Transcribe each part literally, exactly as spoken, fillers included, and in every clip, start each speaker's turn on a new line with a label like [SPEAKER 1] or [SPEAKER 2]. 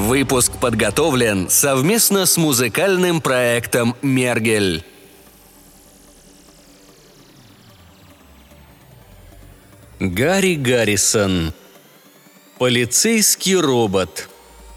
[SPEAKER 1] Выпуск подготовлен совместно с музыкальным проектом «Мергель». Гарри Гаррисон. Полицейский робот.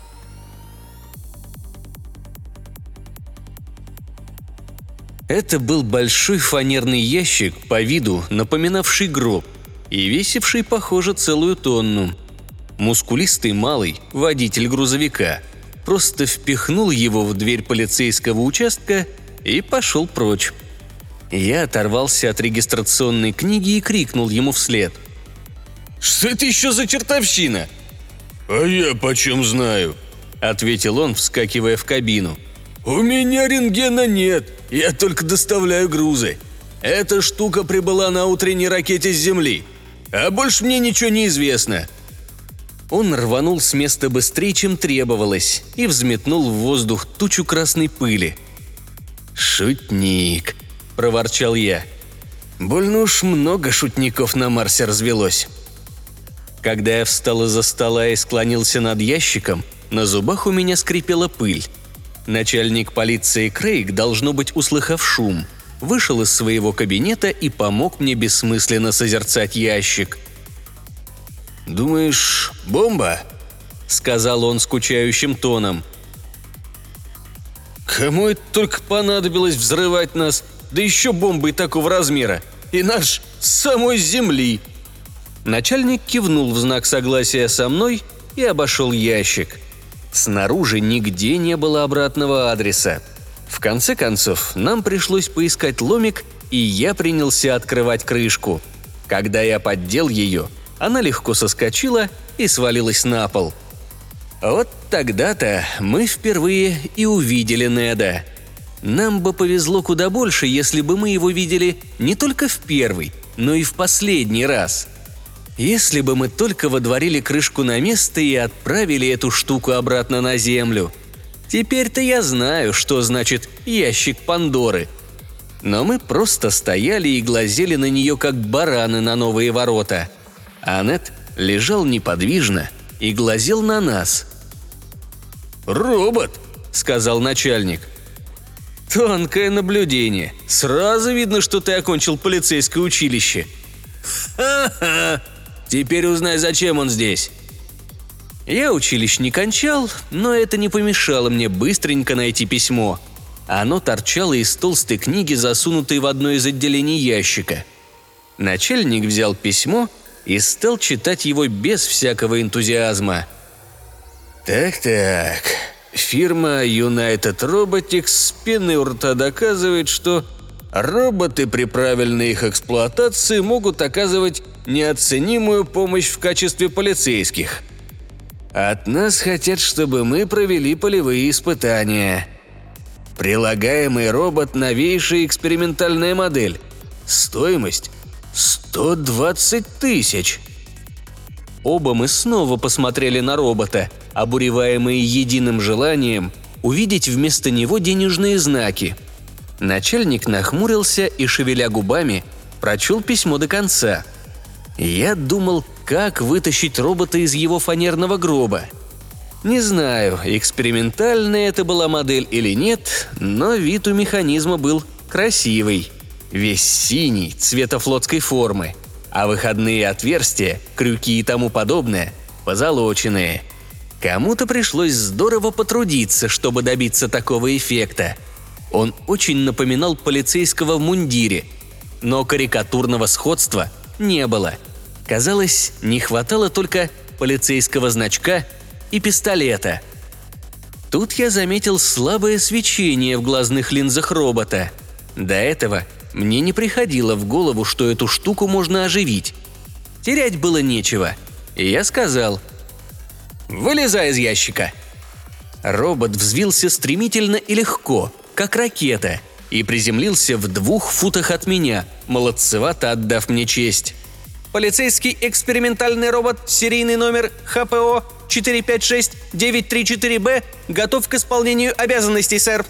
[SPEAKER 1] Это был большой фанерный ящик, по виду напоминавший гроб и весивший, похоже, целую тонну. Мускулистый малый, водитель грузовика, просто впихнул его в дверь полицейского участка и пошел прочь. Я оторвался от регистрационной книги и крикнул ему вслед: «Что это еще за чертовщина?»
[SPEAKER 2] «А я почем знаю?»
[SPEAKER 1] – ответил он, вскакивая в кабину.
[SPEAKER 2] «У меня рентгена нет, я только доставляю грузы. Эта штука прибыла на утренней ракете с Земли, а больше мне ничего не известно».
[SPEAKER 1] Он рванул с места быстрее, чем требовалось, и взметнул в воздух тучу красной пыли. «Шутник», – проворчал я. «Больно уж много шутников на Марсе развелось». Когда я встал из-за стола и склонился над ящиком, на зубах у меня скрипела пыль. Начальник полиции Крейг, должно быть, услыхав шум, вышел из своего кабинета и помог мне бессмысленно созерцать ящик.
[SPEAKER 2] «Думаешь, бомба?»
[SPEAKER 1] – сказал он скучающим тоном.
[SPEAKER 2] «Кому это только понадобилось взрывать нас, да еще бомбой такого размера, и наш с самой Земли?»
[SPEAKER 1] Начальник кивнул в знак согласия со мной и обошел ящик. Снаружи нигде не было обратного адреса. В конце концов, нам пришлось поискать ломик, и я принялся открывать крышку. Когда я поддел ее, она легко соскочила и свалилась на пол. Вот тогда-то мы впервые и увидели Неда. Нам бы повезло куда больше, если бы мы его видели не только в первый, но и в последний раз. Если бы мы только водворили крышку на место и отправили эту штуку обратно на Землю. Теперь-то я знаю, что значит ящик Пандоры. Но мы просто стояли и глазели на нее, как бараны на новые ворота. А Нед лежал неподвижно и глазел на нас.
[SPEAKER 2] «Робот», —
[SPEAKER 1] сказал начальник. «Тонкое наблюдение. Сразу видно, что ты окончил полицейское училище».
[SPEAKER 2] «Ха-ха! Теперь узнай, зачем он здесь».
[SPEAKER 1] Я училище не кончал, но это не помешало мне быстренько найти письмо. Оно торчало из толстой книги, засунутой в одно из отделений ящика. Начальник взял письмо и стал читать его без всякого энтузиазма.
[SPEAKER 2] «Так-так, фирма United Robotics с пеной у рта доказывает, что роботы при правильной их эксплуатации могут оказывать неоценимую помощь в качестве полицейских. От нас хотят, чтобы мы провели полевые испытания. Прилагаемый робот – новейшая экспериментальная модель. Стоимость – сто двадцать тысяч».
[SPEAKER 1] Оба мы снова посмотрели на робота, обуреваемые единым желанием увидеть вместо него денежные знаки. Начальник нахмурился и, шевеля губами, прочел письмо до конца. Я думал, как вытащить робота из его фанерного гроба. Не знаю, экспериментальная это была модель или нет, но вид у механизма был красивый. Весь синий, цвета флотской формы, а выходные отверстия, крюки и тому подобное позолоченные. Кому-то пришлось здорово потрудиться, чтобы добиться такого эффекта. Он очень напоминал полицейского в мундире, но карикатурного сходства не было. Казалось, не хватало только полицейского значка и пистолета. Тут я заметил слабое свечение в глазных линзах робота. До этого мне не приходило в голову, что эту штуку можно оживить. Терять было нечего, и я сказал: «Вылезай из ящика». Робот взвился стремительно и легко, как ракета, и приземлился в двух футах от меня, молодцевато отдав мне честь. «Полицейский экспериментальный робот, серийный номер ха пэ о четыре пять шесть девять три четыре бэ, готов к исполнению обязанностей, сэр».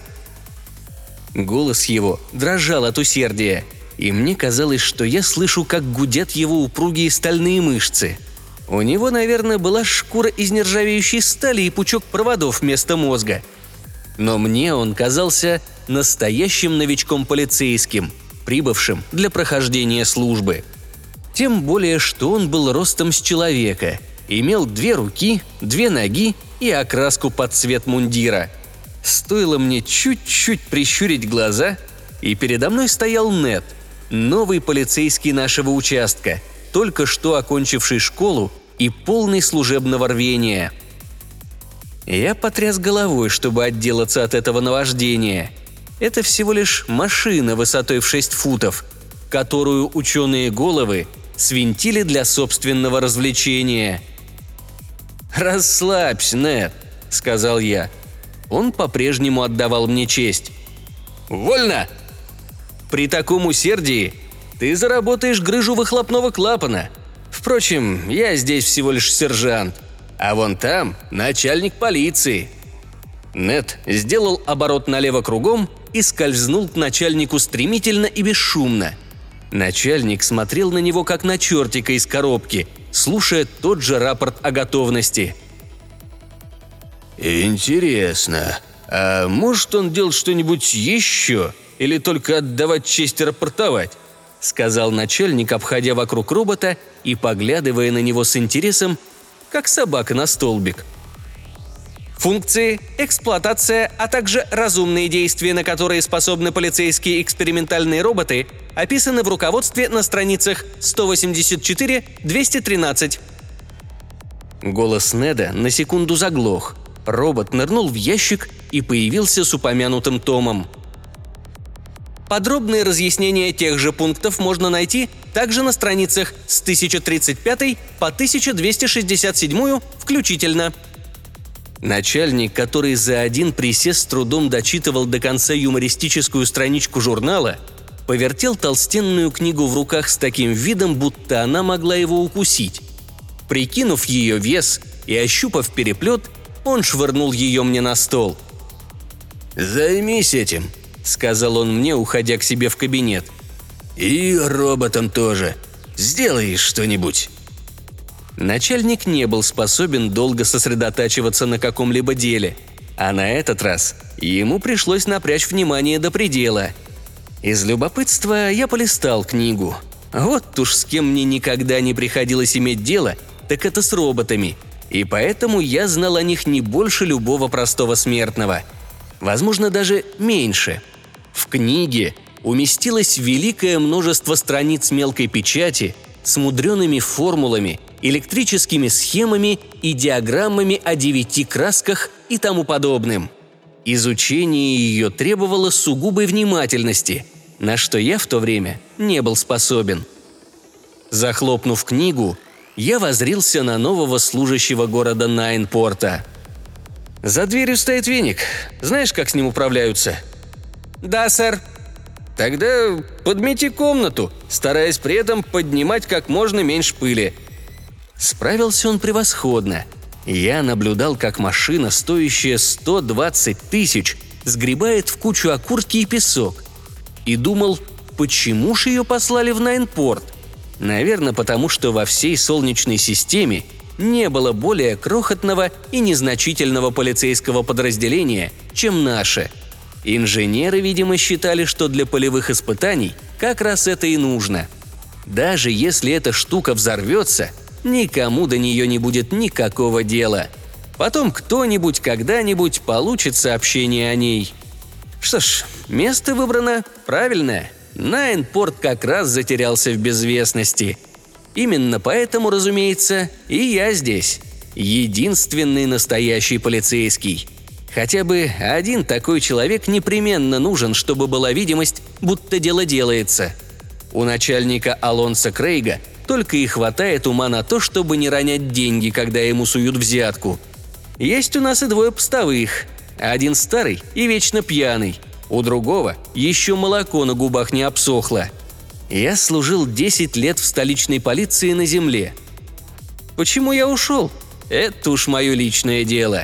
[SPEAKER 1] Голос его дрожал от усердия, и мне казалось, что я слышу, как гудят его упругие стальные мышцы. У него, наверное, была шкура из нержавеющей стали и пучок проводов вместо мозга. Но мне он казался настоящим новичком-полицейским, прибывшим для прохождения службы. Тем более, что он был ростом с человека, имел две руки, две ноги и окраску под цвет мундира. Стоило мне чуть-чуть прищурить глаза, и передо мной стоял Нед, новый полицейский нашего участка, только что окончивший школу и полный служебного рвения. Я потряс головой, чтобы отделаться от этого наваждения. Это всего лишь машина высотой в шесть футов, которую ученые головы свинтили для собственного развлечения. «Расслабься, Нед», — сказал я. Он по-прежнему отдавал мне честь. «Вольно!» «При таком усердии ты заработаешь грыжу выхлопного клапана. Впрочем, я здесь всего лишь сержант, а вон там начальник полиции». Нед сделал оборот налево кругом и скользнул к начальнику стремительно и бесшумно. Начальник смотрел на него как на чертика из коробки, слушая тот же рапорт о готовности. «Интересно, а может он делать что-нибудь еще или только отдавать честь и рапортовать?» – сказал начальник, обходя вокруг робота и поглядывая на него с интересом, как собака на столбик. Функции, эксплуатация, а также разумные действия, на которые способны полицейские экспериментальные роботы, описаны в руководстве на страницах сто восемьдесят четыре - двести тринадцать. Голос Неда на секунду заглох. Робот нырнул в ящик и появился с упомянутым томом. Подробные разъяснения тех же пунктов можно найти также на страницах с тысяча тридцать пять по тысяча двести шестьдесят семь включительно. Начальник, который за один присест с трудом дочитывал до конца юмористическую страничку журнала, повертел толстенную книгу в руках с таким видом, будто она могла его укусить. Прикинув ее вес и ощупав переплет, он швырнул ее мне на стол. «Займись этим», — сказал он мне, уходя к себе в кабинет. «И роботом тоже. Сделай что-нибудь». Начальник не был способен долго сосредотачиваться на каком-либо деле, а на этот раз ему пришлось напрячь внимание до предела. Из любопытства я полистал книгу. Вот уж с кем мне никогда не приходилось иметь дело, так это с роботами, и поэтому я знал о них не больше любого простого смертного. Возможно, даже меньше. В книге уместилось великое множество страниц мелкой печати с мудреными формулами, электрическими схемами и диаграммами о девяти красках и тому подобным. Изучение ее требовало сугубой внимательности, на что я в то время не был способен. Захлопнув книгу, я воззрился на нового служащего города Найнпорта. «За дверью стоит веник. Знаешь, как с ним управляются?» «Да, сэр». «Тогда подмети комнату, стараясь при этом поднимать как можно меньше пыли». Справился он превосходно. Я наблюдал, как машина, стоящая сто двадцать тысяч, сгребает в кучу окурки и песок. И думал, почему ж ее послали в Найнпорт? Наверное, потому что во всей Солнечной системе не было более крохотного и незначительного полицейского подразделения, чем наше. Инженеры, видимо, считали, что для полевых испытаний как раз это и нужно. Даже если эта штука взорвется, никому до нее не будет никакого дела. Потом кто-нибудь когда-нибудь получит сообщение о ней. Что ж, место выбрано правильное. Найнпорт как раз затерялся в безвестности. Именно поэтому, разумеется, и я здесь. Единственный настоящий полицейский. Хотя бы один такой человек непременно нужен, чтобы была видимость, будто дело делается. У начальника Алонса Крейга только и хватает ума на то, чтобы не ронять деньги, когда ему суют взятку. Есть у нас и двое постовых. Один старый и вечно пьяный. У другого еще молоко на губах не обсохло. Я служил десять лет в столичной полиции на земле. Почему я ушел? Это уж мое личное дело.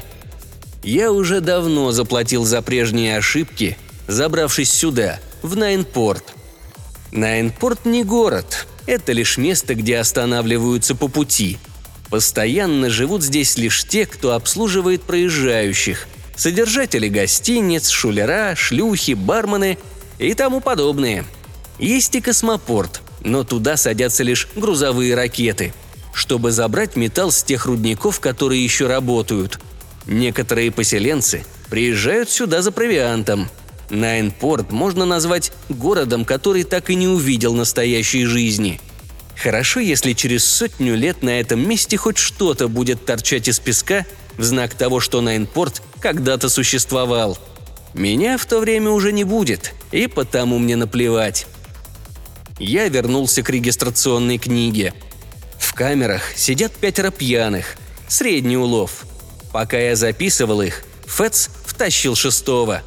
[SPEAKER 1] Я уже давно заплатил за прежние ошибки, забравшись сюда, в Найнпорт. Найнпорт не город, это лишь место, где останавливаются по пути. Постоянно живут здесь лишь те, кто обслуживает проезжающих. Содержатели гостиниц, шулера, шлюхи, бармены и тому подобное. Есть и космопорт, но туда садятся лишь грузовые ракеты, чтобы забрать металл с тех рудников, которые еще работают. Некоторые поселенцы приезжают сюда за провиантом. Найнпорт можно назвать городом, который так и не увидел настоящей жизни. Хорошо, если через сотню лет на этом месте хоть что-то будет торчать из песка в знак того, что Найнпорт когда-то существовал. Меня в то время уже не будет, и потому мне наплевать. Я вернулся к регистрационной книге. В камерах сидят пятеро пьяных, средний улов. Пока я записывал их, Фэтс втащил шестого.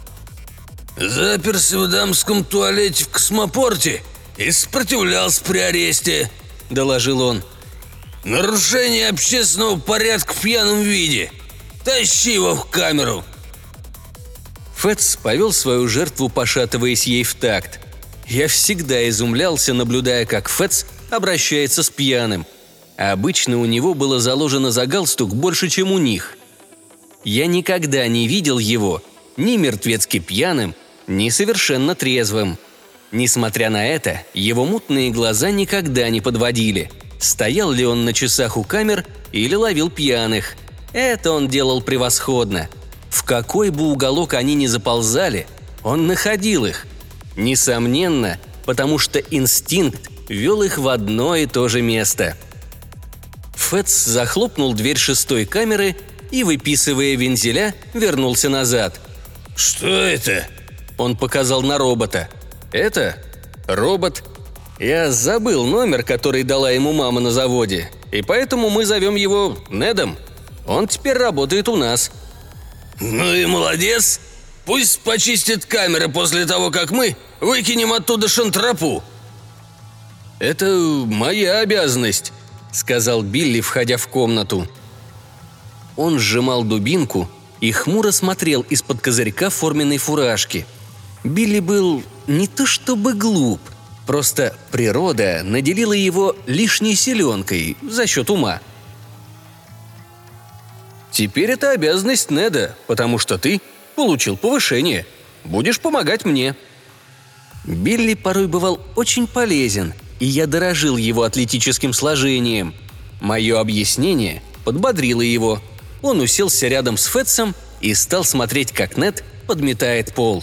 [SPEAKER 2] «Заперся в дамском туалете в космопорте и сопротивлялся при аресте», – доложил он. «Нарушение общественного порядка в пьяном виде. Тащи его в камеру».
[SPEAKER 1] Фэтс повел свою жертву, пошатываясь ей в такт. Я всегда изумлялся, наблюдая, как Фэтс обращается с пьяным. Обычно у него было заложено за галстук больше, чем у них. Я никогда не видел его ни мертвецки пьяным, ни совершенно трезвым. Несмотря на это, его мутные глаза никогда не подводили. Стоял ли он на часах у камер или ловил пьяных. Это он делал превосходно. В какой бы уголок они ни заползали, он находил их. Несомненно, потому что инстинкт вел их в одно и то же место. Фэтс захлопнул дверь шестой камеры и, выписывая вензеля, вернулся назад.
[SPEAKER 2] «Что это?»
[SPEAKER 1] Он показал на робота. «Это? Робот. Я забыл номер, который дала ему мама на заводе, и поэтому мы зовем его Недом. Он теперь работает у нас».
[SPEAKER 2] «Ну и молодец. Пусть почистит камеры после того, как мы выкинем оттуда шантропу».
[SPEAKER 1] «Это моя обязанность», — сказал Билли, входя в комнату. Он сжимал дубинку и хмуро смотрел из-под козырька форменной фуражки. Билли был не то чтобы глуп, просто природа наделила его лишней силенкой за счет ума. «Теперь это обязанность Неда, потому что ты получил повышение. Будешь помогать мне». Билли порой бывал очень полезен, и я дорожил его атлетическим сложением. Мое объяснение подбодрило его. Он уселся рядом с Фэтсом и стал смотреть, как Нед подметает пол.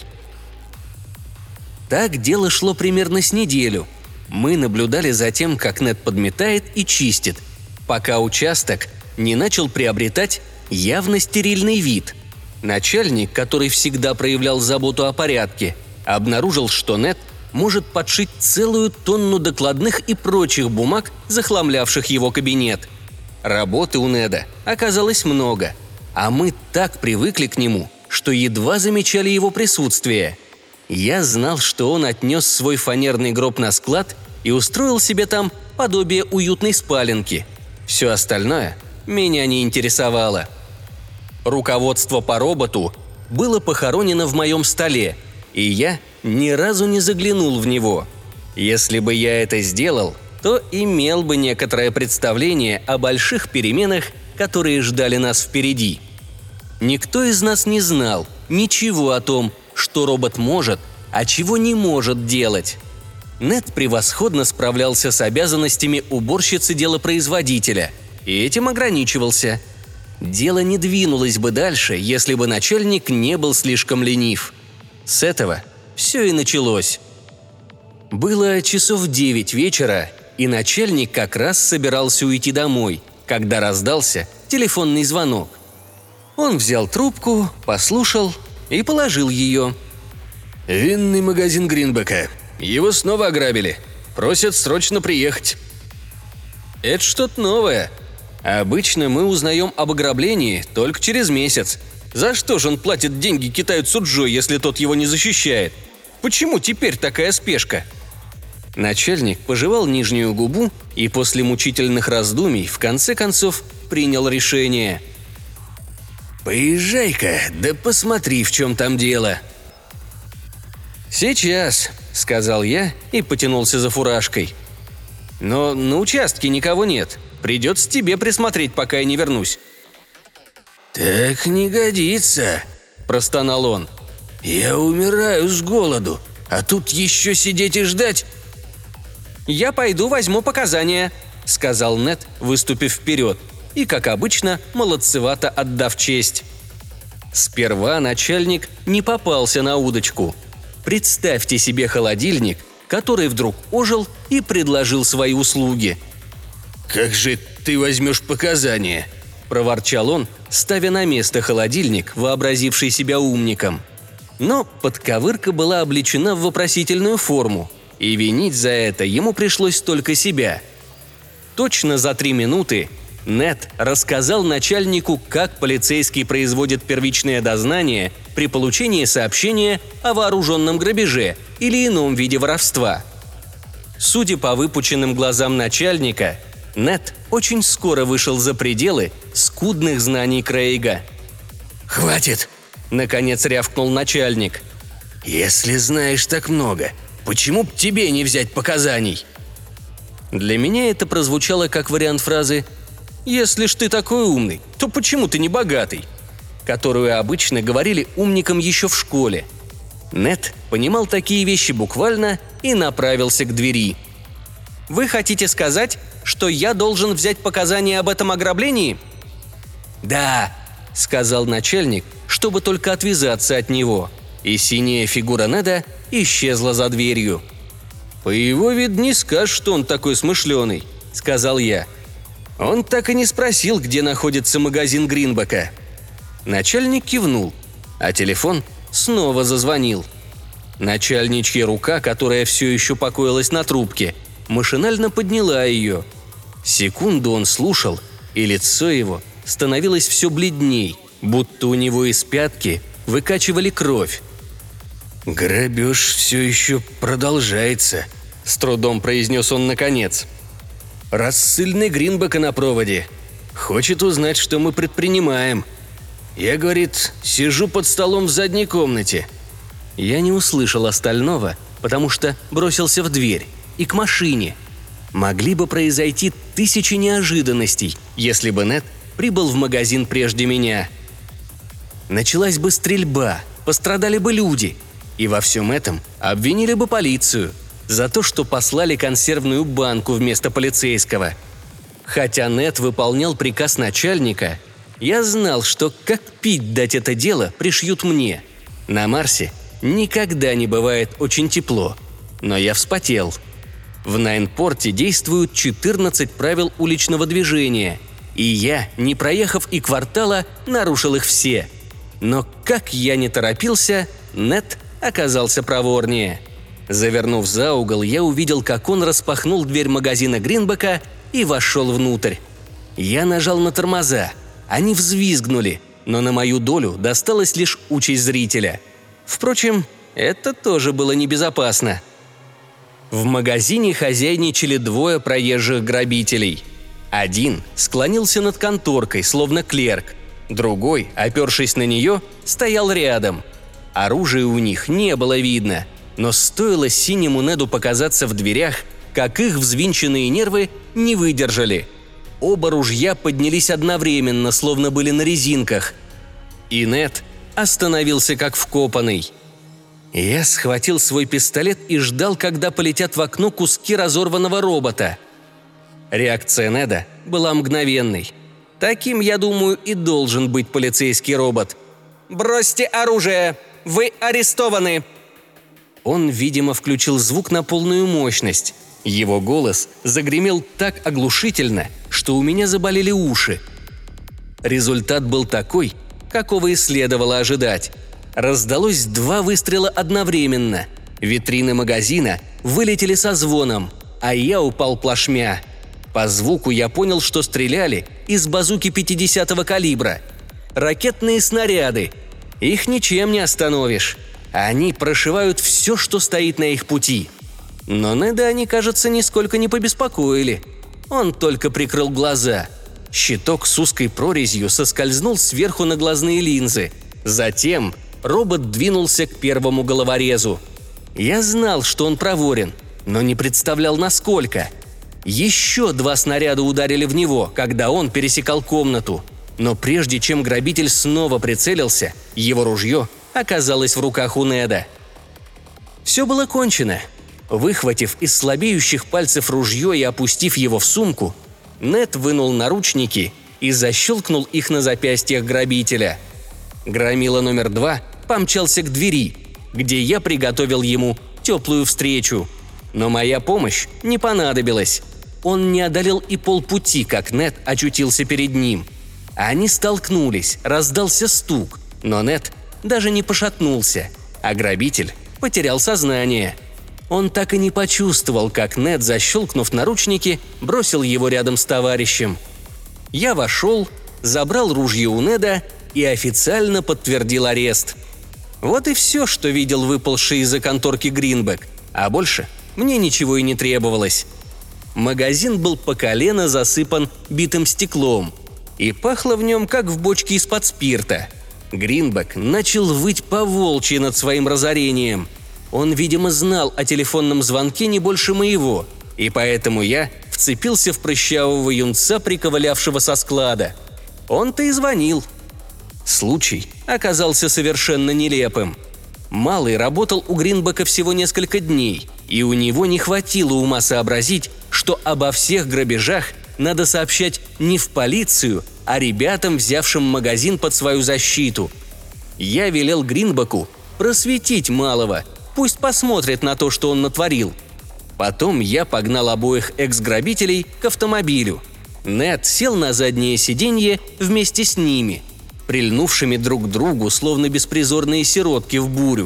[SPEAKER 1] Так дело шло примерно с неделю. Мы наблюдали за тем, как Нед подметает и чистит, пока участок не начал приобретать явно стерильный вид. Начальник, который всегда проявлял заботу о порядке, обнаружил, что Нед может подшить целую тонну докладных и прочих бумаг, захламлявших его кабинет. Работы у Неда оказалось много, а мы так привыкли к нему, что едва замечали его присутствие. Я знал, что он отнес свой фанерный гроб на склад и устроил себе там подобие уютной спаленки. Все остальное меня не интересовало. Руководство по роботу было похоронено в моем столе, и я ни разу не заглянул в него. Если бы я это сделал, то имел бы некоторое представление о больших переменах, которые ждали нас впереди. Никто из нас не знал ничего о том, что робот может, а чего не может делать. Нед превосходно справлялся с обязанностями уборщицы-делопроизводителя, и этим ограничивался. Дело не двинулось бы дальше, если бы начальник не был слишком ленив. С этого все и началось. Было часов девять вечера, и начальник как раз собирался уйти домой, когда раздался телефонный звонок. Он взял трубку, послушал и положил ее. «Винный магазин Гринбека. Его снова ограбили. Просят срочно приехать». «Это что-то новое. Обычно мы узнаем об ограблении только через месяц. За что же он платит деньги китайцу Джо, если тот его не защищает? Почему теперь такая спешка?» Начальник пожевал нижнюю губу и после мучительных раздумий в конце концов принял решение. «Поезжай-ка, да посмотри, в чем там дело». «Сейчас», — сказал я и потянулся за фуражкой. «Но на участке никого нет. придется тебе присмотреть, пока я не вернусь».
[SPEAKER 2] «Так не годится», – простонал он. «Я умираю с голоду, а тут еще сидеть и ждать».
[SPEAKER 1] «Я пойду возьму показания», – сказал Нед, выступив вперед, и, как обычно, молодцевато отдав честь. Сперва начальник не попался на удочку. Представьте себе холодильник, который вдруг ожил и предложил свои услуги.
[SPEAKER 2] «Как же ты возьмешь показания?»
[SPEAKER 1] – проворчал он, ставя на место холодильник, вообразивший себя умником. Но подковырка была облечена в вопросительную форму, и винить за это ему пришлось только себя. Точно за три минуты Нед рассказал начальнику, как полицейский производит первичное дознание при получении сообщения о вооруженном грабеже или ином виде воровства. Судя по выпученным глазам начальника, Нед очень скоро вышел за пределы скудных знаний Крейга.
[SPEAKER 2] «Хватит!» – наконец рявкнул начальник. «Если знаешь так много, почему б тебе не взять показаний?»
[SPEAKER 1] Для меня это прозвучало как вариант фразы «Если ж ты такой умный, то почему ты не богатый?», которую обычно говорили умникам еще в школе. Нед понимал такие вещи буквально и направился к двери. «Вы хотите сказать, что я должен взять показания об этом ограблении?» «Да», — сказал начальник, чтобы только отвязаться от него, и синяя фигура Неда исчезла за дверью. «По его виду не скажешь, что он такой смышленый», — сказал я. Он так и не спросил, где находится магазин Гринбека. Начальник кивнул, а телефон снова зазвонил. Начальничья рука, которая все еще покоилась на трубке, машинально подняла ее. Секунду он слушал, и лицо его становилось все бледней, будто у него из пятки выкачивали кровь.
[SPEAKER 2] «Грабеж все еще продолжается», – с трудом произнес он наконец. «Рассыльный Гринбека на проводе. Хочет узнать, что мы предпринимаем. Я, говорит, сижу под столом в задней комнате».
[SPEAKER 1] Я не услышал остального, потому что бросился в дверь и к машине. Могли бы произойти тысячи неожиданностей, если бы Нед прибыл в магазин прежде меня. Началась бы стрельба, пострадали бы люди, и во всем этом обвинили бы полицию за то, что послали консервную банку вместо полицейского. Хотя Нед выполнял приказ начальника, я знал, что как пить дать это дело пришьют мне. На Марсе никогда не бывает очень тепло, но я вспотел. В Найнпорте действуют четырнадцать правил уличного движения, и я, не проехав и квартала, нарушил их все. Но как я не торопился, Нед оказался проворнее. Завернув за угол, я увидел, как он распахнул дверь магазина Гринбека и вошел внутрь. Я нажал на тормоза. Они взвизгнули, но на мою долю досталась лишь участь зрителя. Впрочем, это тоже было небезопасно. В магазине хозяйничали двое проезжих грабителей. Один склонился над конторкой, словно клерк. Другой, опершись на нее, стоял рядом. Оружия у них не было видно, но стоило синему Неду показаться в дверях, как их взвинченные нервы не выдержали. Оба ружья поднялись одновременно, словно были на резинках. И Нед остановился как вкопанный. Я схватил свой пистолет и ждал, когда полетят в окно куски разорванного робота. Реакция Неда была мгновенной. Таким, я думаю, и должен быть полицейский робот. «Бросьте оружие! Вы арестованы!» Он, видимо, включил звук на полную мощность. Его голос загремел так оглушительно, что у меня заболели уши. Результат был такой, какого и следовало ожидать. Раздалось два выстрела одновременно. Витрины магазина вылетели со звоном, а я упал плашмя. По звуку я понял, что стреляли из базуки пятидесятого калибра. Ракетные снаряды. Их ничем не остановишь. Они прошивают все, что стоит на их пути. Но Неда они, кажется, нисколько не побеспокоили. Он только прикрыл глаза. Щиток с узкой прорезью соскользнул сверху на глазные линзы. Затем робот двинулся к первому головорезу. Я знал, что он проворен, но не представлял, насколько. Еще два снаряда ударили в него, когда он пересекал комнату. Но прежде чем грабитель снова прицелился, его ружье оказалось в руках у Неда. Все было кончено. Выхватив из слабеющих пальцев ружье и опустив его в сумку, Нед вынул наручники и защелкнул их на запястьях грабителя. Громила номер два помчался к двери, где я приготовил ему теплую встречу. Но моя помощь не понадобилась. Он не одолел и полпути, как Нед очутился перед ним. Они столкнулись, раздался стук, но Нед даже не пошатнулся, а грабитель потерял сознание. Он так и не почувствовал, как Нед, защелкнув наручники, бросил его рядом с товарищем. Я вошел, забрал ружье у Неда и официально подтвердил арест. Вот и все, что видел выпалший из-за конторки Гринбек, а больше мне ничего и не требовалось. Магазин был по колено засыпан битым стеклом, и пахло в нем, как в бочке из-под спирта. Гринбек начал выть по-волчьи над своим разорением. Он, видимо, знал о телефонном звонке не больше моего, и поэтому я вцепился в прыщавого юнца, приковылявшего со склада. Он-то и звонил. Случай оказался совершенно нелепым. Малый работал у Гринбека всего несколько дней, и у него не хватило ума сообразить, что обо всех грабежах надо сообщать не в полицию, а ребятам, взявшим магазин под свою защиту. Я велел Гринбеку просветить малого, пусть посмотрит на то, что он натворил. Потом я погнал обоих экс-грабителей к автомобилю. Нед сел на заднее сиденье вместе с ними, прильнувшими друг к другу, словно беспризорные сиротки в бурю.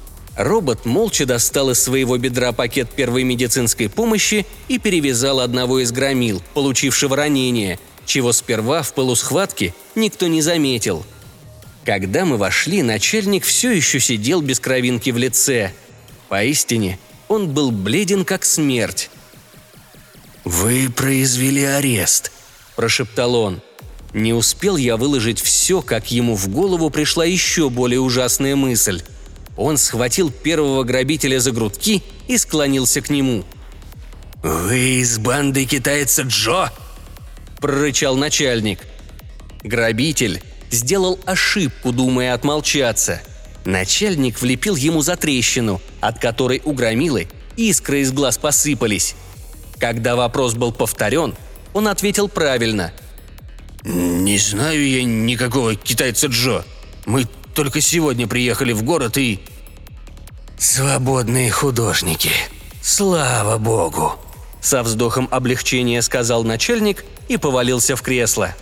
[SPEAKER 1] Робот молча достал из своего бедра пакет первой медицинской помощи и перевязал одного из громил, получившего ранение, чего сперва в пылу схватки никто не заметил. Когда мы вошли, начальник все еще сидел без кровинки в лице. Поистине, он был бледен как смерть. «Вы произвели арест», – прошептал он. Не успел я выложить все, как ему в голову пришла еще более ужасная мысль. Он схватил первого грабителя за грудки и склонился к нему. «Вы из банды китайца Джо?» – прорычал начальник. Грабитель сделал ошибку, думая отмолчаться. Начальник влепил ему затрещину, от которой у громилы искры из глаз посыпались. Когда вопрос был повторен, он ответил правильно. «Не знаю я никакого китайца Джо. Мы только сегодня приехали в город и...» «Свободные художники. Слава богу!» Со вздохом облегчения сказал начальник и повалился в кресло.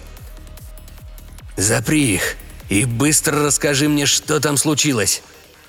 [SPEAKER 1] «Запри их и быстро расскажи мне, что там случилось».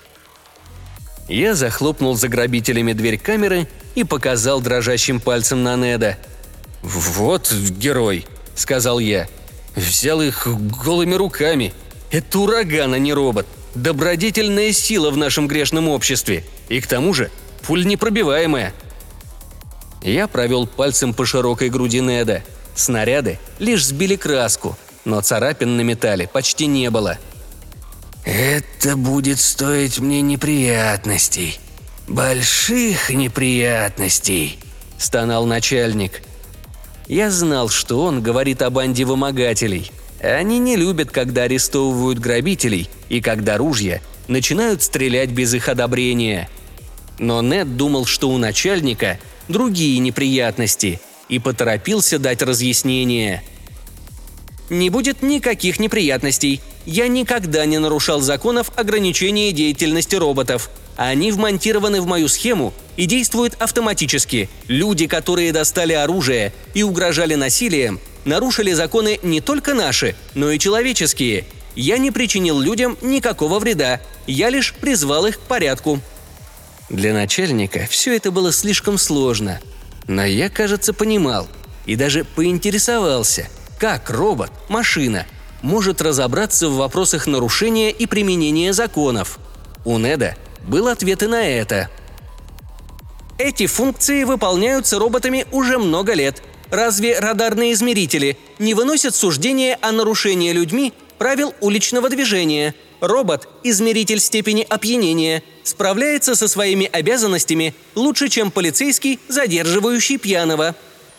[SPEAKER 1] Я захлопнул за грабителями дверь камеры и показал дрожащим пальцем на Неда. «Вот герой», — сказал я. «Взял их голыми руками. Это ураган, а не робот. Добродетельная сила в нашем грешном обществе. И к тому же пуленепробиваемая». Я провел пальцем по широкой груди Неда. Снаряды лишь сбили краску, но царапин на металле почти не было. «Это будет стоить мне неприятностей. Больших неприятностей», – стонал начальник. Я знал, что он говорит о банде вымогателей. Они не любят, когда арестовывают грабителей и когда ружья начинают стрелять без их одобрения. Но Нед думал, что у начальника другие неприятности, и поторопился дать разъяснение. «Не будет никаких неприятностей. Я никогда не нарушал законов ограничения деятельности роботов. Они вмонтированы в мою схему и действуют автоматически. Люди, которые достали оружие и угрожали насилием, нарушили законы не только наши, но и человеческие. Я не причинил людям никакого вреда. Я лишь призвал их к порядку». Для начальника все это было слишком сложно. Но я, кажется, понимал и даже поинтересовался, как робот, машина, может разобраться в вопросах нарушения и применения законов. У Неда был ответ и на это. «Эти функции выполняются роботами уже много лет. Разве радарные измерители не выносят суждения о нарушении людьми правил уличного движения? Робот, измеритель степени опьянения, справляется со своими обязанностями лучше, чем полицейский, задерживающий пьяного.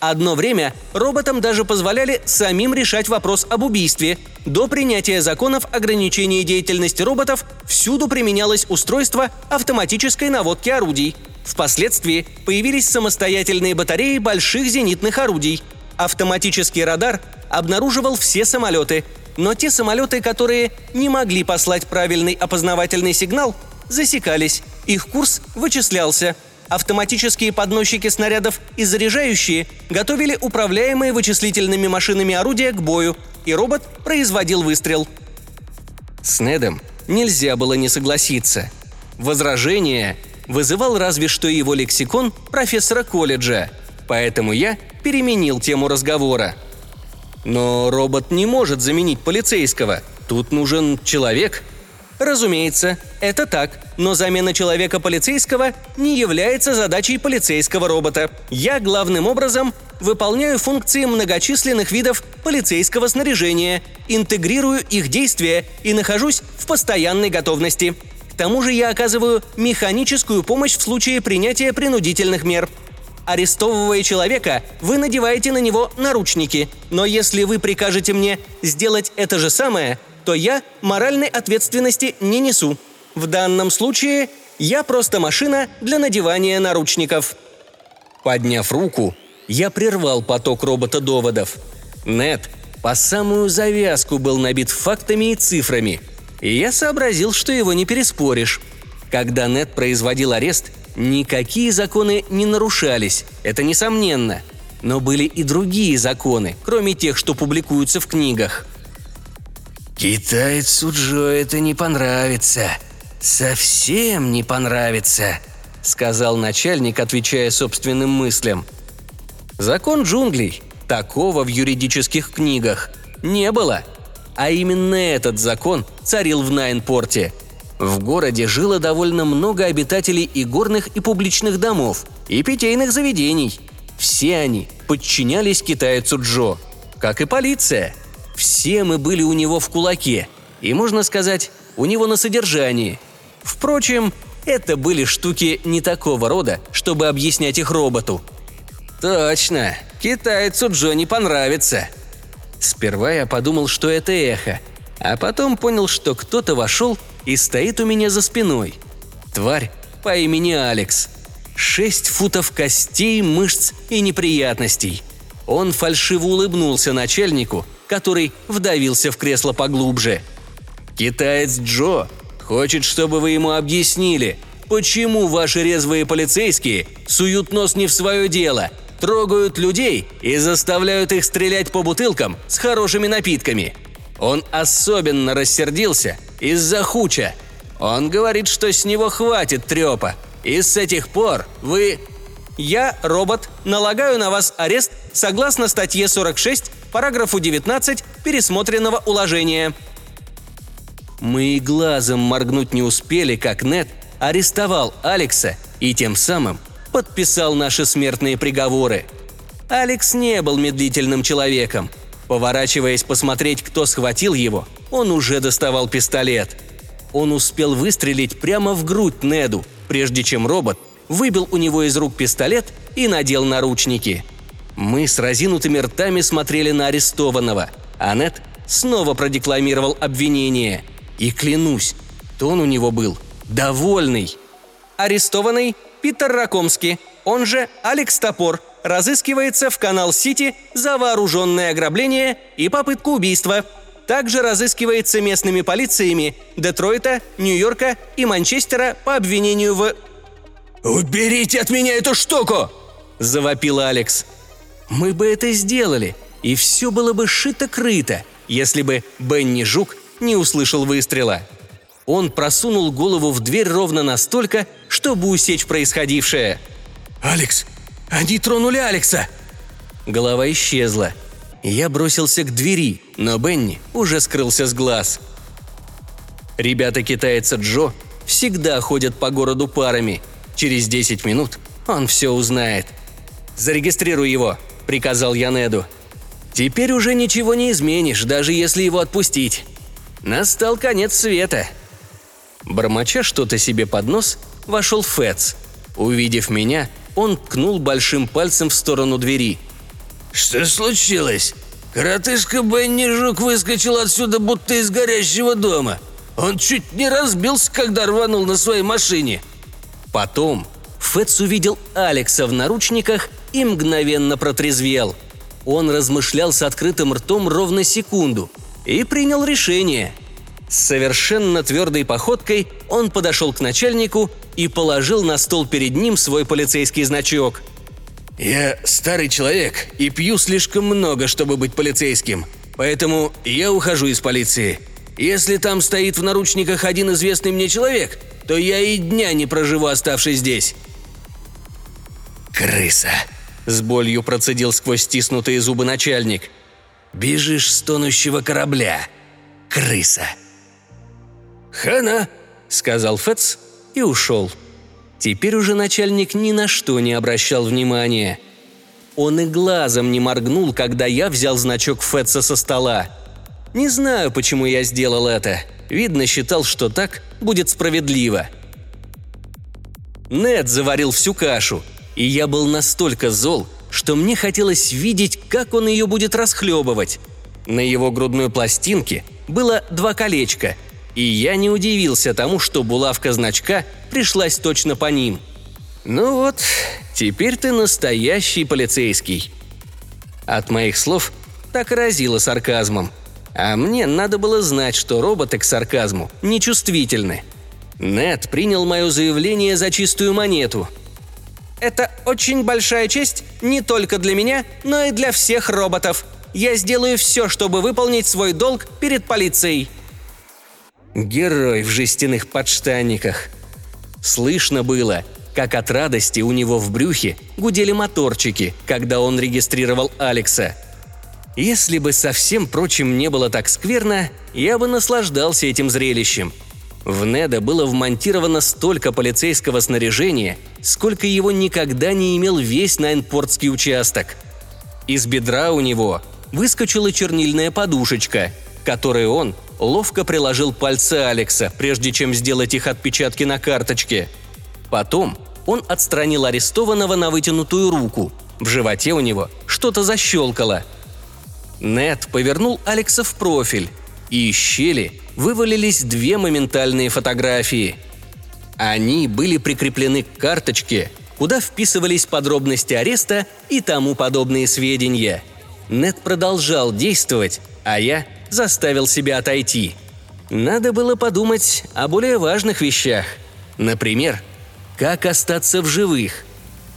[SPEAKER 1] Одно время роботам даже позволяли самим решать вопрос об убийстве. До принятия законов ограничения деятельности роботов всюду применялось устройство автоматической наводки орудий. Впоследствии появились самостоятельные батареи больших зенитных орудий. Автоматический радар обнаруживал все самолеты, но те самолеты, которые не могли послать правильный опознавательный сигнал, засекались, их курс вычислялся. Автоматические подносчики снарядов и заряжающие готовили управляемые вычислительными машинами орудия к бою, и робот производил выстрел. С Недом нельзя было не согласиться. Возражение вызывал разве что его лексикон профессора колледжа, поэтому я переменил тему разговора. Но робот не может заменить полицейского, тут нужен человек. Разумеется, это так, но замена человека полицейского не является задачей полицейского робота. Я главным образом выполняю функции многочисленных видов полицейского снаряжения, интегрирую их действия и нахожусь в постоянной готовности. К тому же я оказываю механическую помощь в случае принятия принудительных мер. Арестовывая человека, вы надеваете на него наручники, но если вы прикажете мне сделать это же самое, то я моральной ответственности не несу. В данном случае я просто машина для надевания наручников». Подняв руку, я прервал поток робота-доводов. Нед по самую завязку был набит фактами и цифрами, и я сообразил, что его не переспоришь. Когда Нед производил арест, никакие законы не нарушались, это несомненно. Но были и другие законы, кроме тех, что публикуются в книгах.
[SPEAKER 2] «Китайцу Джо это не понравится. Совсем не понравится», — сказал начальник, отвечая собственным мыслям.
[SPEAKER 1] Закон джунглей. Такого в юридических книгах не было. А именно этот закон царил в Найнпорте. В городе жило довольно много обитателей и горных, и публичных домов, и питейных заведений. Все они подчинялись китайцу Джо, как и полиция. Все мы были у него в кулаке, и, можно сказать, у него на содержании. Впрочем, это были штуки не такого рода, чтобы объяснять их роботу. Точно, китайцу Джо не понравится. Сперва я подумал, что это эхо, а потом понял, что кто-то вошел и стоит у меня за спиной. Тварь по имени Алекс. Шесть футов костей, мышц и неприятностей. Он фальшиво улыбнулся начальнику, который вдавился в кресло поглубже. «Китаец Джо хочет, чтобы вы ему объяснили, почему ваши резвые полицейские суют нос не в свое дело, трогают людей и заставляют их стрелять по бутылкам с хорошими напитками. Он особенно рассердился из-за Хуча. Он говорит, что с него хватит трепа, и с этих пор вы...» «Я, робот, налагаю на вас арест согласно статье сорок шесть, параграфу девятнадцать пересмотренного уложения». Мы и глазом моргнуть не успели, как Нед арестовал Алекса и тем самым подписал наши смертные приговоры. Алекс не был медлительным человеком. Поворачиваясь посмотреть, кто схватил его, он уже доставал пистолет. Он успел выстрелить прямо в грудь Неду, прежде чем робот выбил у него из рук пистолет и надел наручники. Мы с разинутыми ртами смотрели на арестованного, а Нед снова продекламировал обвинение. И клянусь, тон у него был довольный. Арестованный Питер Ракомский, он же Алекс Топор, разыскивается в Канал-Сити за вооруженное ограбление и попытку убийства. Также разыскивается местными полициями Детройта, Нью-Йорка и Манчестера по обвинению в...
[SPEAKER 2] «Уберите от меня эту штуку!» – завопил Алекс.
[SPEAKER 1] Мы бы это сделали, и все было бы шито-крыто, если бы Бенни Жук не услышал выстрела. Он просунул голову в дверь ровно настолько, чтобы усечь происходившее.
[SPEAKER 2] «Алекс! Они тронули Алекса!»
[SPEAKER 1] Голова исчезла. Я бросился к двери, но Бенни уже скрылся с глаз. Ребята китайца Джо всегда ходят по городу парами. Через десять минут он все узнает. «Зарегистрируй его», — приказал я Неду. «Теперь уже ничего не изменишь, даже если его отпустить. Настал конец света». Бормоча что-то себе под нос, вошел Фэтс. Увидев меня, он ткнул большим пальцем в сторону двери.
[SPEAKER 2] «Что случилось? Коротышка Бенни Жук выскочил отсюда будто из горящего дома. Он чуть не разбился, когда рванул на своей машине».
[SPEAKER 1] Потом Фэтс увидел Алекса в наручниках и мгновенно протрезвел. Он размышлял с открытым ртом ровно секунду и принял решение. С совершенно твердой походкой он подошел к начальнику и положил на стол перед ним свой полицейский значок.
[SPEAKER 2] «Я старый человек и пью слишком много, чтобы быть полицейским, поэтому я ухожу из полиции. Если там стоит в наручниках один известный мне человек, то я и дня не проживу, оставшись здесь».
[SPEAKER 1] «Крыса!» – с болью процедил сквозь стиснутые зубы начальник. «Бежишь с тонущего корабля. Крыса!»
[SPEAKER 2] «Хана!» –
[SPEAKER 1] сказал Фэтс и ушел. Теперь уже начальник ни на что не обращал внимания. Он и глазом не моргнул, когда я взял значок Фэтса со стола. Не знаю, почему я сделал это. Видно, считал, что так будет справедливо. Нед заварил всю кашу, и я был настолько зол, что мне хотелось видеть, как он ее будет расхлебывать. На его грудной пластинке было два колечка, и я не удивился тому, что булавка значка пришлась точно по ним. «Ну вот, теперь ты настоящий полицейский». От моих слов так и разило сарказмом. А мне надо было знать, что роботы к сарказму нечувствительны. Нед принял мое заявление за чистую монету. «Это очень большая честь не только для меня, но и для всех роботов. Я сделаю все, чтобы выполнить свой долг перед полицией». Герой в жестяных подштанниках. Слышно было, как от радости у него в брюхе гудели моторчики, когда он регистрировал Алекса. Если бы со всем прочим не было так скверно, я бы наслаждался этим зрелищем. В Неда было вмонтировано столько полицейского снаряжения, сколько его никогда не имел весь Найнпортский участок. Из бедра у него выскочила чернильная подушечка, которой он ловко приложил пальцы Алекса, прежде чем сделать их отпечатки на карточке. Потом он отстранил арестованного на вытянутую руку. В животе у него что-то защелкало. Нед повернул Алекса в профиль, и из щели вывалились две моментальные фотографии. Они были прикреплены к карточке, куда вписывались подробности ареста и тому подобные сведения. Нед продолжал действовать, а я заставил себя отойти. Надо было подумать о более важных вещах. Например, как остаться в живых.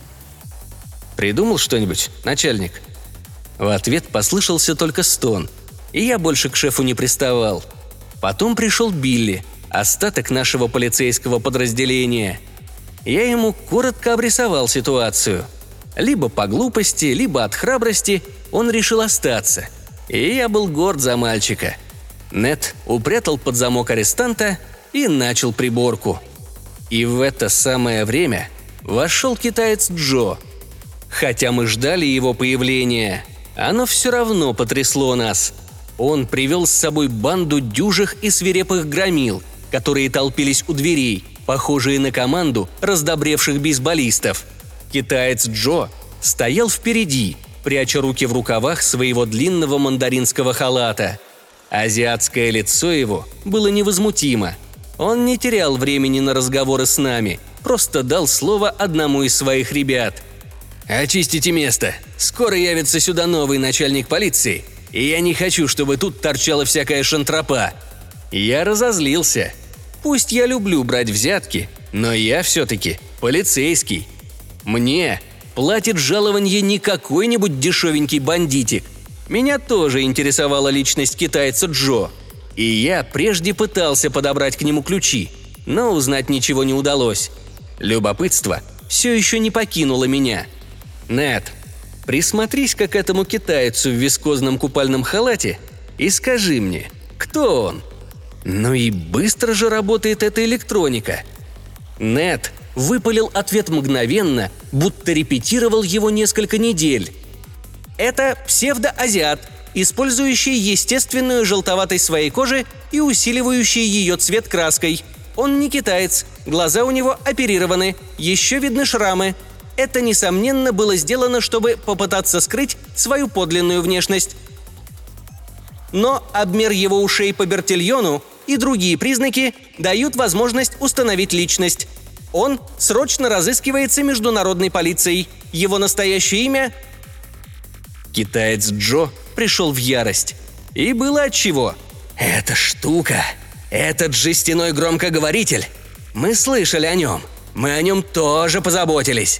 [SPEAKER 1] «Придумал что-нибудь, начальник?» В ответ послышался только стон, и я больше к шефу не приставал. Потом пришел Билли, остаток нашего полицейского подразделения. Я ему коротко обрисовал ситуацию. Либо по глупости, либо от храбрости он решил остаться. И я был горд за мальчика. Нед упрятал под замок арестанта и начал приборку. И в это самое время вошел китаец Джо. Хотя мы ждали его появления, оно все равно потрясло нас. Он привел с собой банду дюжих и свирепых громил, которые толпились у дверей, похожие на команду раздобревших бейсболистов. Китаец Джо стоял впереди, пряча руки в рукавах своего длинного мандаринского халата. Азиатское лицо его было невозмутимо. Он не терял времени на разговоры с нами, просто дал слово одному из своих ребят. «Очистите место. Скоро явится сюда новый начальник полиции, и я не хочу, чтобы тут торчала всякая шантропа». Я разозлился. Пусть я люблю брать взятки, но я все-таки полицейский. Мне платит жалованье не какой-нибудь дешевенький бандитик. Меня тоже интересовала личность китайца Джо. И я прежде пытался подобрать к нему ключи, но узнать ничего не удалось. Любопытство все еще не покинуло меня. «Нед, присмотрись-ка к этому китайцу в вискозном купальном халате и скажи мне, кто он?» Ну и быстро же работает эта электроника. Нед выпалил ответ мгновенно, будто репетировал его несколько недель. «Это псевдоазиат, использующий естественную желтоватость своей кожи и усиливающий ее цвет краской. Он не китаец, глаза у него оперированы, еще видны шрамы».
[SPEAKER 3] это, несомненно, было сделано, чтобы попытаться скрыть свою подлинную внешность. Но обмер его ушей по Бертильону и другие признаки дают возможность установить личность. Он срочно разыскивается международной полицией. Его настоящее имя…
[SPEAKER 1] Китаец Джо пришел в ярость. И было отчего.
[SPEAKER 3] «Эта штука, этот жестяной громкоговоритель. Мы слышали о нем. Мы о нем тоже позаботились».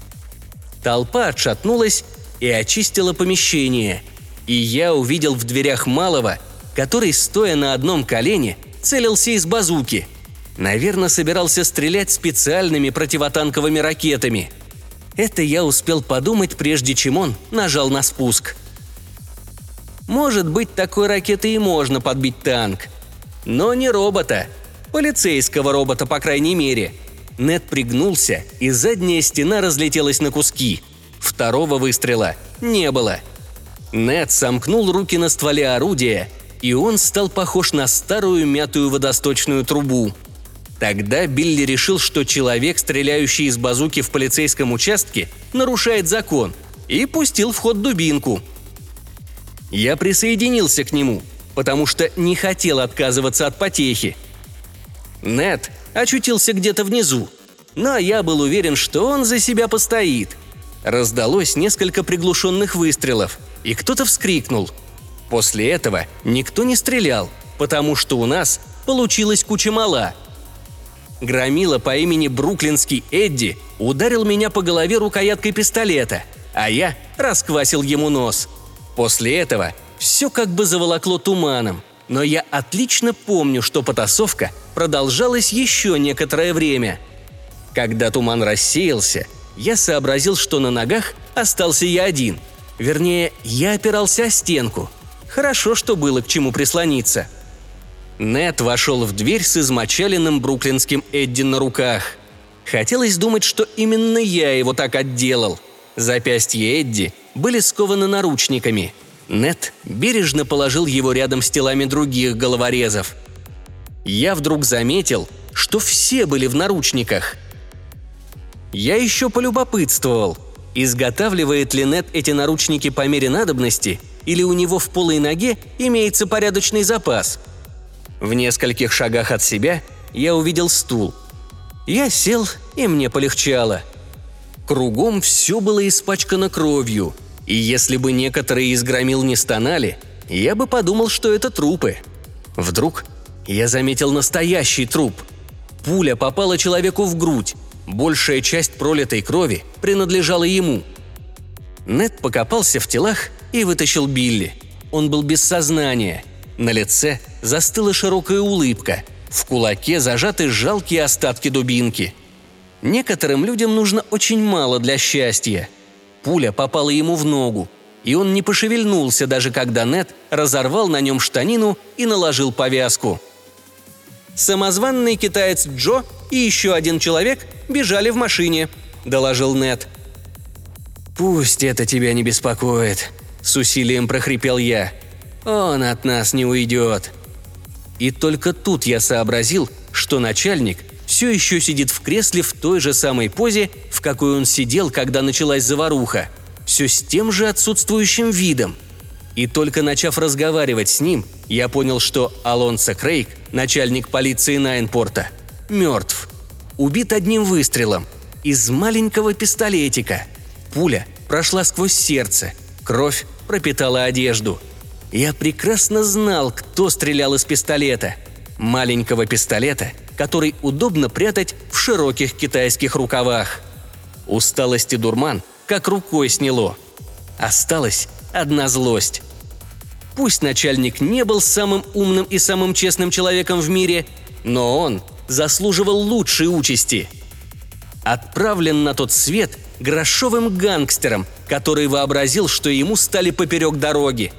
[SPEAKER 1] Толпа отшатнулась и очистила помещение. И я увидел в дверях малого, который, стоя на одном колене, целился из базуки. Наверное, собирался стрелять специальными противотанковыми ракетами. Это я успел подумать, прежде чем он нажал на спуск. Может быть, такой ракетой и можно подбить танк. Но не робота. Полицейского робота, по крайней мере. Нед пригнулся, и задняя стена разлетелась на куски. Второго выстрела не было. Нед сомкнул руки на стволе орудия, и он стал похож на старую мятую водосточную трубу. Тогда Билли решил, что человек, стреляющий из базуки в полицейском участке, нарушает закон, и пустил в ход дубинку. Я присоединился к нему, потому что не хотел отказываться от потехи. Нед очутился где-то внизу, но я был уверен, что он за себя постоит. Раздалось несколько приглушенных выстрелов, и кто-то вскрикнул. После этого никто не стрелял, потому что у нас получилась куча мала. Громила по имени Бруклинский Эдди ударил меня по голове рукояткой пистолета, а я расквасил ему нос. После этого все как бы заволокло туманом, но я отлично помню, что потасовка продолжалась еще некоторое время. Когда туман рассеялся, я сообразил, что на ногах остался я один. Вернее, я опирался о стенку. Хорошо, что было к чему прислониться. Нед вошел в дверь с измочаленным бруклинским Эдди на руках. Хотелось думать, что именно я его так отделал. Запястья Эдди были скованы наручниками. Нед бережно положил его рядом с телами других головорезов. Я вдруг заметил, что все были в наручниках. Я еще полюбопытствовал, изготавливает ли Нед эти наручники по мере надобности, или у него в полой ноге имеется порядочный запас. В нескольких шагах от себя я увидел стул. Я сел, и мне полегчало. Кругом все было испачкано кровью, и если бы некоторые из громил не стонали, я бы подумал, что это трупы. Вдруг я заметил настоящий труп. Пуля попала человеку в грудь. Большая часть пролитой крови принадлежала ему. Нед покопался в телах и вытащил Билли. Он был без сознания. На лице застыла широкая улыбка. В кулаке зажаты жалкие остатки дубинки. Некоторым людям нужно очень мало для счастья. Пуля попала ему в ногу, и он не пошевельнулся, даже когда Нед разорвал на нем штанину и наложил повязку. «Самозванный китаец Джо и еще один человек бежали в машине», – доложил Нед. «Пусть это тебя не беспокоит», – с усилием прохрипел я. «Он от нас не уйдет». И только тут я сообразил, что начальник все еще сидит в кресле в той же самой позе, в какой он сидел, когда началась заваруха, все с тем же отсутствующим видом. И только начав разговаривать с ним, я понял, что Алонсо Крейг, начальник полиции Найнпорта, мертв. Убит одним выстрелом. Из маленького пистолетика. Пуля прошла сквозь сердце. Кровь пропитала одежду. Я прекрасно знал, кто стрелял из пистолета. Маленького пистолета, который удобно прятать в широких китайских рукавах. Усталость и дурман как рукой сняло. Осталась одна злость. Пусть начальник не был самым умным и самым честным человеком в мире, но он заслуживал лучшей участи. Отправлен на тот свет грошовым гангстером, который вообразил, что ему стали поперек дороги.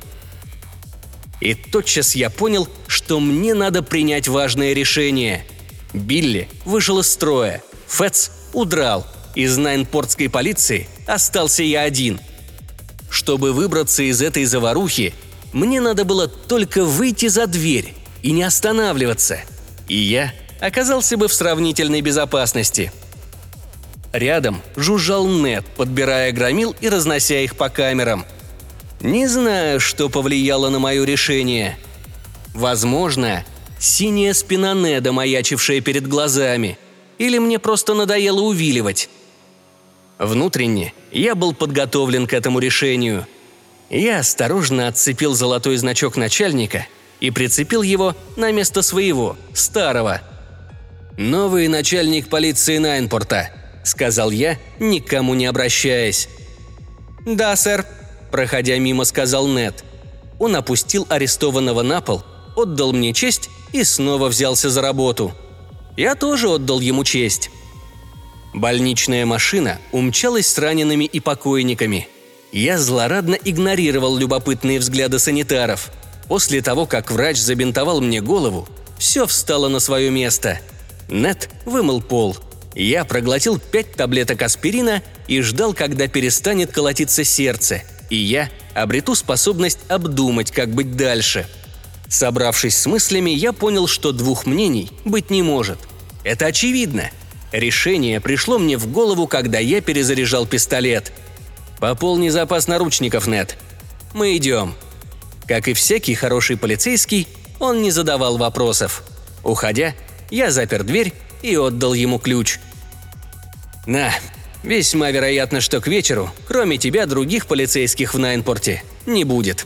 [SPEAKER 1] И тотчас я понял, что мне надо принять важное решение. Билли вышел из строя, Фэтс удрал, из найнпортской полиции остался я один. Чтобы выбраться из этой заварухи, мне надо было только выйти за дверь и не останавливаться, и я оказался бы в сравнительной безопасности.
[SPEAKER 3] Рядом жужжал Нед, подбирая громил и разнося их по камерам. Не знаю, что повлияло на мое решение. Возможно, синяя спина Неда, маячившая перед глазами. Или мне просто надоело увиливать. Внутренне я был подготовлен к этому решению. Я осторожно отцепил золотой значок начальника и прицепил его на место своего, старого. «Новый начальник полиции Найнпорта», — сказал я, никому не обращаясь. «Да, сэр», — проходя мимо, сказал Нед. Он опустил арестованного на пол, отдал мне честь и снова взялся за работу. Я тоже отдал ему честь. Больничная машина умчалась с ранеными и покойниками. Я злорадно игнорировал любопытные взгляды санитаров. После того, как врач забинтовал мне голову, все встало на свое место. Нед вымыл пол. Я проглотил пять таблеток аспирина и ждал, когда перестанет колотиться сердце, и я обрету способность обдумать, как быть дальше. Собравшись с мыслями, я понял, что двух мнений быть не может. Это очевидно. Решение пришло мне в голову, когда я перезаряжал пистолет. «Пополни запас наручников, Нед. Мы идем». Как и всякий хороший полицейский, он не задавал вопросов. Уходя, я запер дверь и отдал ему ключ. «На, весьма вероятно, что к вечеру, кроме тебя, других полицейских в Найнпорте не будет».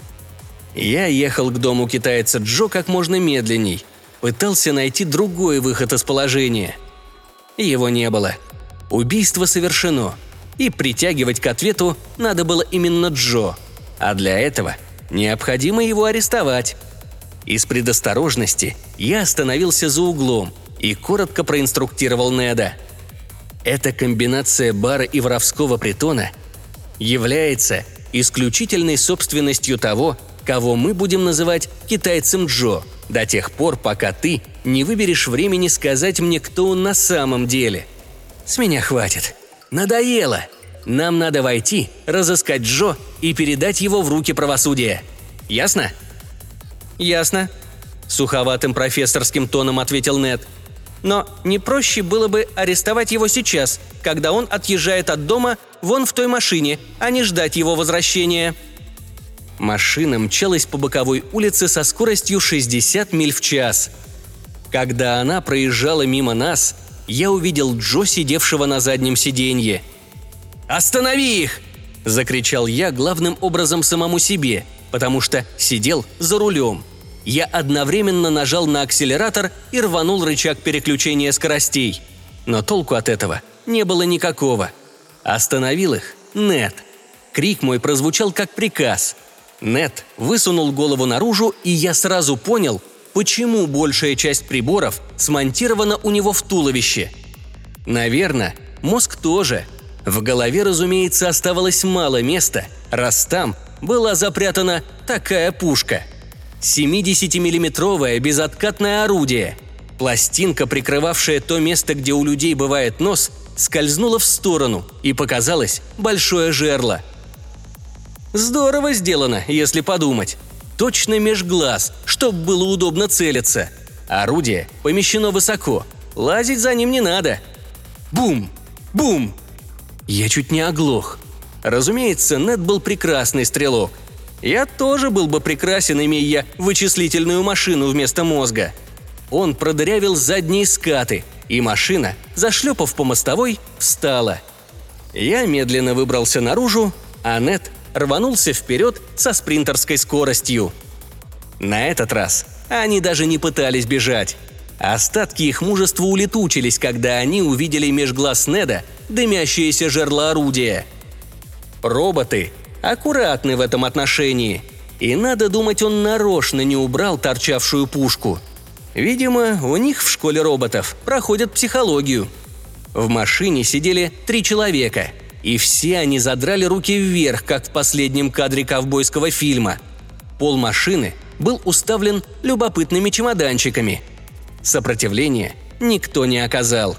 [SPEAKER 3] Я ехал к дому китайца Джо как можно медленней, пытался найти другой выход из положения. Его не было. Убийство совершено, и притягивать к ответу надо было именно Джо, а для этого необходимо его арестовать. Из предосторожности я остановился за углом и коротко проинструктировал Неда. Эта комбинация бара и воровского притона является исключительной собственностью того, кого мы будем называть китайцем Джо, до тех пор, пока ты не выберешь времени сказать мне, кто он на самом деле. С меня хватит. Надоело. Нам надо войти, разыскать Джо и передать его в руки правосудия. Ясно? Ясно. Суховатым профессорским тоном ответил Нед. Но не проще было бы арестовать его сейчас, когда он отъезжает от дома вон в той машине, а не ждать его возвращения. Машина мчалась по боковой улице со скоростью шестьдесят миль в час. Когда она проезжала мимо нас, я увидел Джо, сидевшего на заднем сиденье. «Останови их!» – закричал я главным образом самому себе, потому что сидел за рулем. Я одновременно нажал на акселератор и рванул рычаг переключения скоростей. Но толку от этого не было никакого. Остановил их Нед. Крик мой прозвучал как приказ. Нед высунул голову наружу, и я сразу понял, почему большая часть приборов смонтирована у него в туловище. Наверное, мозг тоже. В голове, разумеется, оставалось мало места, раз там была запрятана такая пушка. семидесятимиллиметровое безоткатное орудие. Пластинка, прикрывавшая то место, где у людей бывает нос, скользнула в сторону, и показалось большое жерло. Здорово сделано, если подумать. Точно меж глаз, чтоб было удобно целиться. Орудие помещено высоко, лазить за ним не надо. Бум! Бум! Я чуть не оглох. Разумеется, Нед был прекрасный стрелок. Я тоже был бы прекрасен, имея вычислительную машину вместо мозга. Он продырявил задние скаты, и машина, зашлепав по мостовой, встала. Я медленно выбрался наружу, а Нед рванулся вперед со спринтерской скоростью. На этот раз они даже не пытались бежать. Остатки их мужества улетучились, когда они увидели меж глаз Неда дымящееся жерло орудия. Роботы аккуратны в этом отношении, и надо думать, он нарочно не убрал торчавшую пушку. Видимо, у них в школе роботов проходят психологию. В машине сидели три человека, и все они задрали руки вверх, как в последнем кадре ковбойского фильма. Пол машины был уставлен любопытными чемоданчиками. Сопротивления никто не оказал.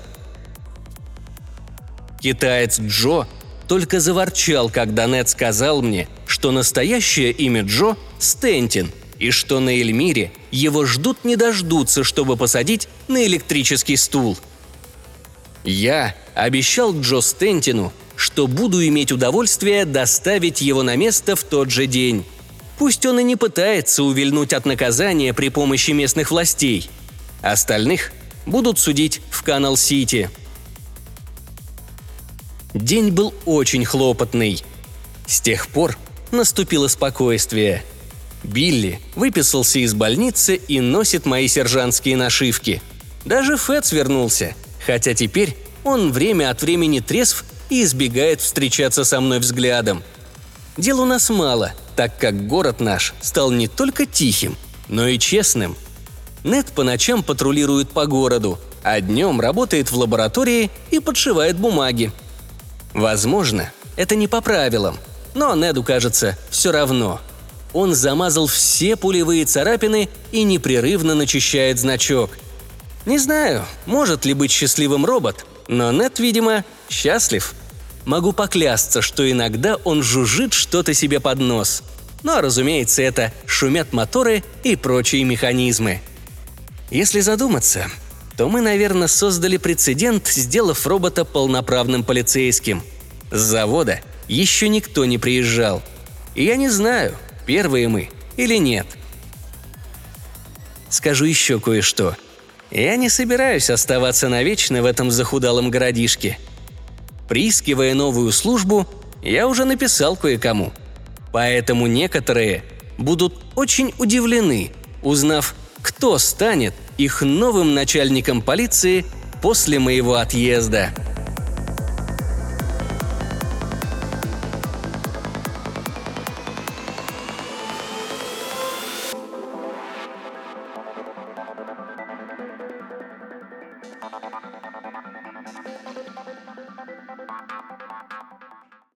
[SPEAKER 3] Китаец Джо только заворчал, когда Нед сказал мне, что настоящее имя Джо – Стентин, и что на Эльмире его ждут не дождутся, чтобы посадить на электрический стул. Я обещал Джо Стентину, что буду иметь удовольствие доставить его на место в тот же день. Пусть он и не пытается увильнуть от наказания при помощи местных властей. Остальных будут судить в Канал-Сити. День был очень хлопотный. С тех пор наступило спокойствие. Билли выписался из больницы и носит мои сержантские нашивки. Даже Фэтс вернулся, хотя теперь он время от времени трезв и избегает встречаться со мной взглядом. Дел у нас мало, так как город наш стал не только тихим, но и честным. Нед по ночам патрулирует по городу, а днем работает в лаборатории и подшивает бумаги. Возможно, это не по правилам, но Неду, кажется, все равно. Он замазал все пулевые царапины и непрерывно начищает значок. Не знаю, может ли быть счастливым робот, но Нед, видимо, счастлив. Могу поклясться, что иногда он жужжит что-то себе под нос. Но, разумеется, это шумят моторы и прочие механизмы. Если задуматься, то мы, наверное, создали прецедент, сделав робота полноправным полицейским. С завода еще никто не приезжал. И я не знаю, первые мы или нет. Скажу еще кое-что. Я не собираюсь оставаться навечно в этом захудалом городишке. Приискивая новую службу, я уже написал кое-кому. Поэтому некоторые будут очень удивлены, узнав, кто станет их новым начальником полиции после моего отъезда.